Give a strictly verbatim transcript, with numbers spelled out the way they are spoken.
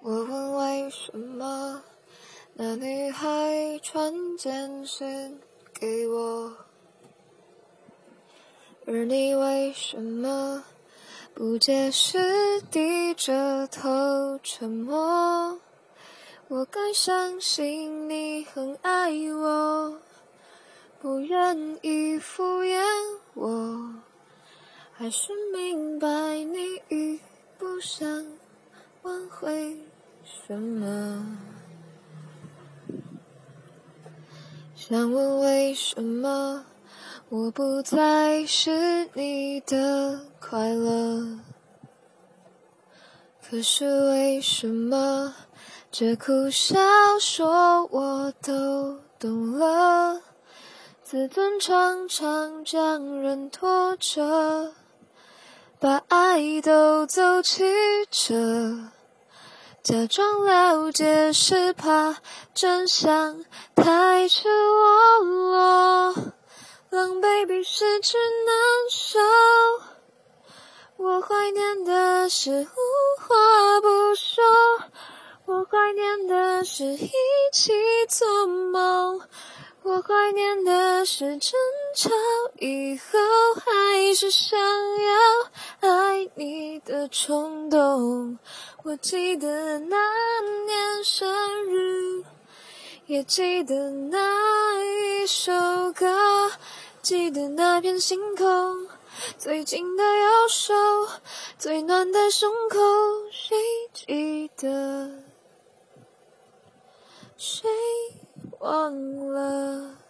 我问为什么那女孩传简讯给我，而你为什么不解释，低着头沉默？我该相信你很爱我，不愿意敷衍我，还是明白你已不想挽回什么？想问为什么我不再是你的快乐？可是为什么这苦笑说我都懂了？自尊常常将人拖着，把爱都走曲折，假装了解是怕真相太赤裸裸，狼狈比试只能收。我怀念的是无话不说，我怀念的是一起做梦，我怀念的是争吵以后还是想要爱你的冲动。我记得那年生日，也记得那一首歌，记得那片星空，最紧的右手，最暖的胸口，谁记得，谁忘了？